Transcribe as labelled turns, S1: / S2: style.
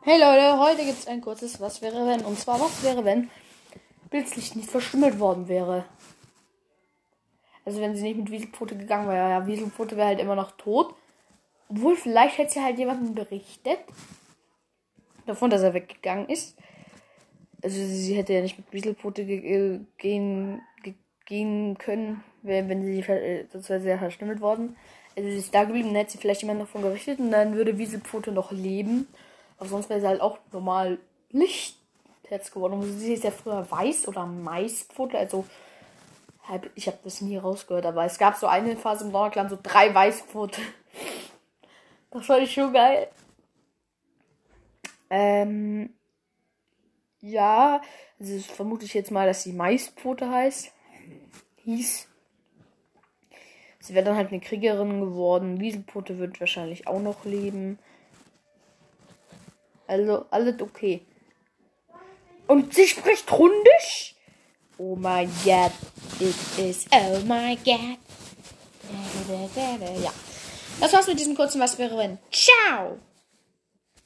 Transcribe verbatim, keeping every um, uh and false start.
S1: Hey Leute, heute gibt es ein kurzes Was wäre wenn. Und zwar, was wäre, wenn Blitzlicht nicht verstümmelt worden wäre? Also wenn sie nicht mit Wieselpfote gegangen wäre. Ja, Wieselpfote wäre halt immer noch tot. Obwohl, vielleicht hätte sie halt jemanden berichtet davon, dass er weggegangen ist. Also sie hätte ja nicht mit Wieselpfote ge- gehen, ge- gehen können, wenn sie äh, sonst wäre sie ja verstümmelt worden. Also sie ist da geblieben, dann hätte sie vielleicht jemand davon berichtet und dann würde Wieselpfote noch leben. Aber sonst wäre sie halt auch normal Lichtherz geworden. Und sie ist ja früher Weiß- oder Maispfote, also ich habe das nie rausgehört, aber es gab so eine Phase im Donnerclan, so drei Weißpfote. Das fand ich schon geil. Ähm, ja, also vermute ich jetzt mal, dass sie Maispfote heißt. Hieß. Sie wäre dann halt eine Kriegerin geworden. Wieselpfote wird wahrscheinlich auch noch leben. Also, alles okay. Und sie spricht Hundisch? Oh my god. It is, oh my god. Ja. Das war's mit diesem kurzen Was wäre wenn. Ciao!